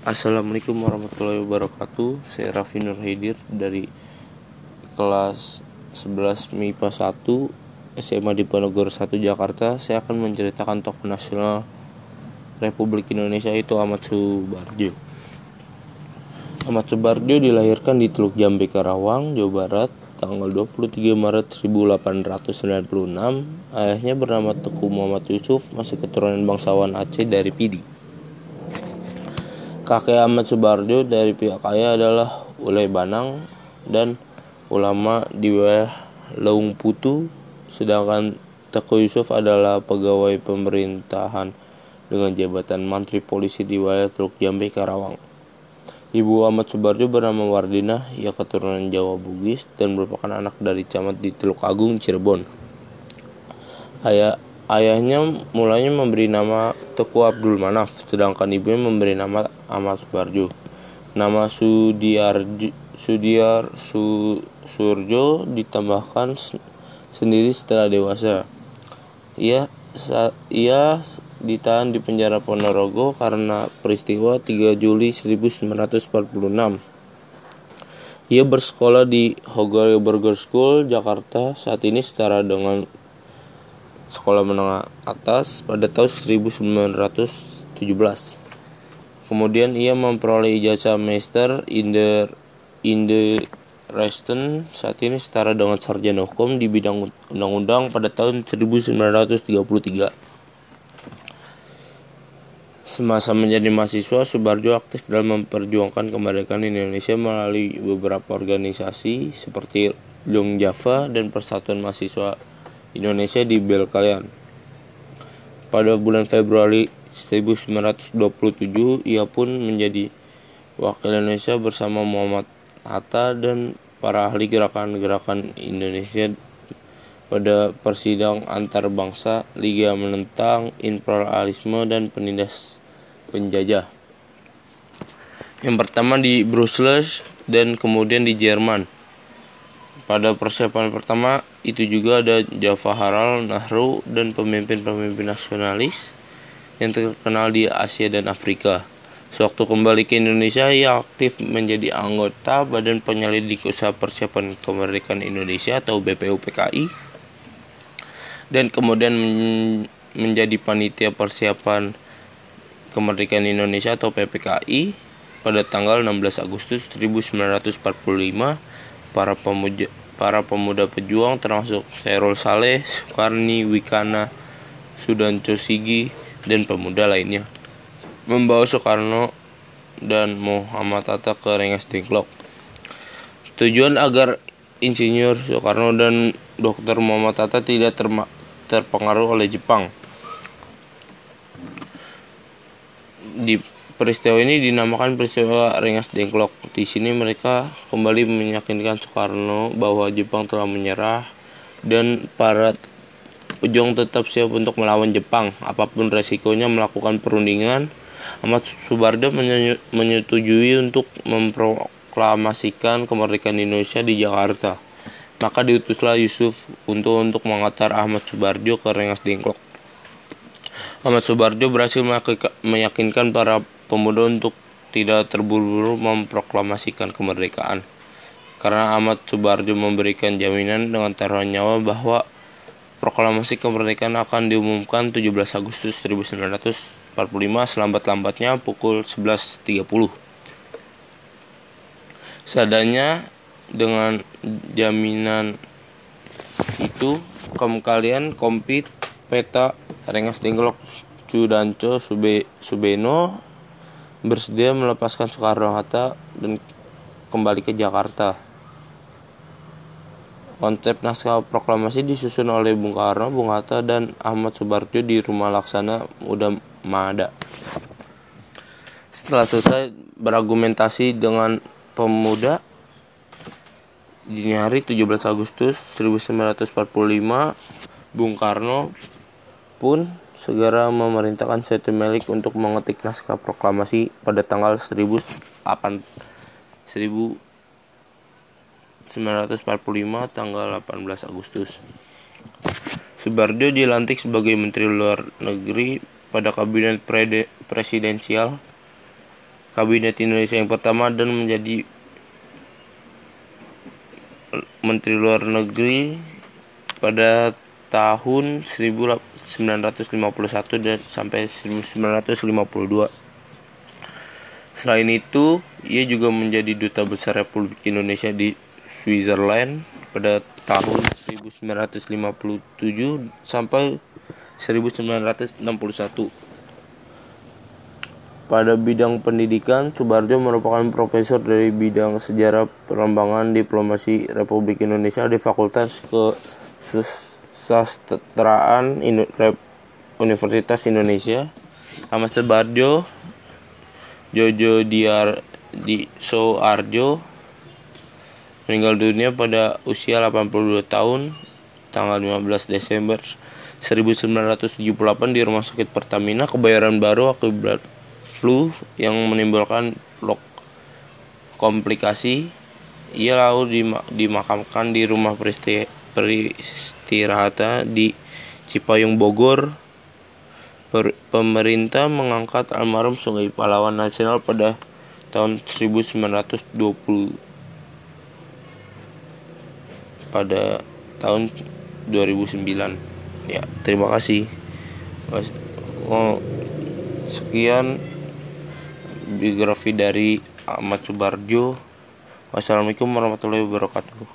Assalamualaikum warahmatullahi wabarakatuh. Saya Raffi Nur Haidir dari kelas 11 MIPA 1 SMA Diponegoro 1 Jakarta. Saya akan menceritakan tokoh nasional Republik Indonesia, yaitu Ahmad Subarjo. Ahmad Subarjo dilahirkan di Teluk Jambe, Karawang, Jawa Barat, tanggal 23 Maret 1896. Ayahnya bernama Teguh Muhammad Yusuf, masih keturunan bangsawan Aceh dari Pidi. Kakek Ahmad Subarjo dari pihak ayah adalah Ulai Banang dan ulama di wilayah Laung Putu, sedangkan Teguh Yusuf adalah pegawai pemerintahan dengan jabatan Mantri Polisi di wilayah Teluk Jambe, Karawang. Ibu Ahmad Subarjo bernama Wardinah, ia keturunan Jawa Bugis dan merupakan anak dari camat di Teluk Agung, Cirebon. Ayahnya mulanya memberi nama Teguh Abdul Manaf, sedangkan ibunya memberi nama Ahmad Subarjo. Nama Surjo ditambahkan sendiri setelah dewasa. Ia ditahan di penjara Ponorogo karena peristiwa 3 Juli 1946. Ia bersekolah di Hogar Burger School, Jakarta. Saat ini setara dengan sekolah menengah atas pada tahun 1917. Kemudian ia memperoleh ijazah Master in the Rechten, saat ini setara dengan sarjana hukum di bidang undang-undang pada tahun 1933. Semasa menjadi mahasiswa, Subarjo aktif dalam memperjuangkan kemerdekaan Indonesia melalui beberapa organisasi seperti Long Java dan Persatuan Mahasiswa Indonesia di Belkalian. Pada bulan Februari 1927, ia pun menjadi wakil Indonesia bersama Muhammad Hatta dan para ahli gerakan-gerakan Indonesia pada persidang antar bangsa Liga menentang imperialisme dan penindas penjajah. Yang pertama di Brussels dan kemudian di Jerman. Pada persiapan pertama itu juga ada Jawaharlal Nehru dan pemimpin-pemimpin nasionalis yang terkenal di Asia dan Afrika. Sewaktu kembali ke Indonesia, ia aktif menjadi anggota Badan Penyelidik Usaha Persiapan Kemerdekaan Indonesia atau BPUPKI, dan kemudian menjadi panitia persiapan kemerdekaan Indonesia atau PPKI pada tanggal 16 Agustus 1945. Para pemuda pejuang termasuk Khairul Saleh, Sukarni, Wikana, Sudanco Sigi, dan pemuda lainnya membawa Soekarno dan Muhammad Hatta ke Rengas Dengklok. Tujuan agar Insinyur Soekarno dan Dr. Muhammad Hatta tidak terpengaruh oleh Jepang. Di peristiwa ini dinamakan peristiwa Rengas Dengklok. Di sini mereka kembali meyakinkan Soekarno bahwa Jepang telah menyerah dan para pejuang tetap siap untuk melawan Jepang apapun resikonya melakukan perundingan. Ahmad Subarjo menyetujui untuk memproklamasikan kemerdekaan Indonesia di Jakarta. Maka diutuslah Yusuf untuk mengantar Ahmad Subarjo ke Rengas Dengklok. Ahmad Subarjo berhasil meyakinkan para pemuda untuk tidak terburu-buru memproklamasikan kemerdekaan, karena Ahmad Subarjo memberikan jaminan dengan taruhan nyawa bahwa proklamasi kemerdekaan akan diumumkan 17 Agustus 1945 selambat-lambatnya pukul 11.30. Seadanya dengan jaminan itu, kalian komplit peta Rengas Dengklok Sudanco Subeno bersedia melepaskan Soekarno-Hatta dan kembali ke Jakarta. Konsep naskah proklamasi disusun oleh Bung Karno, Bung Hatta, dan Ahmad Subarjo di Rumah Laksana Muda Mada. Setelah selesai berargumentasi dengan pemuda, dini hari 17 Agustus 1945, Bung Karno pun segera memerintahkan Seti Melik untuk mengetik naskah proklamasi pada tanggal 1945 tanggal 18 Agustus. Subarjo dilantik sebagai Menteri Luar Negeri pada Kabinet Presidensial Kabinet Indonesia yang pertama dan menjadi Menteri Luar Negeri pada tahun 1951 dan sampai 1952. Selain itu, ia juga menjadi Duta Besar Republik Indonesia di Switzerland pada tahun 1957 sampai 1961. Pada bidang pendidikan, Soebardjo merupakan profesor dari bidang sejarah perkembangan diplomasi Republik Indonesia di Fakultas Kesusastraan Universitas Indonesia. Ahmad Soebardjo Djoko Soeardjo meninggal dunia pada usia 82 tahun tanggal 15 Desember 1978 di Rumah Sakit Pertamina Kebayoran Baru akibat flu yang menimbulkan komplikasi. Ia lalu dimakamkan di rumah peristirahatan di Cipayung, Bogor. Pemerintah mengangkat almarhum sebagai pahlawan nasional pada tahun 1920 pada tahun 2009. Ya, terima kasih. Sekian biografi dari Ahmad Soebardjo. Wassalamualaikum warahmatullahi wabarakatuh.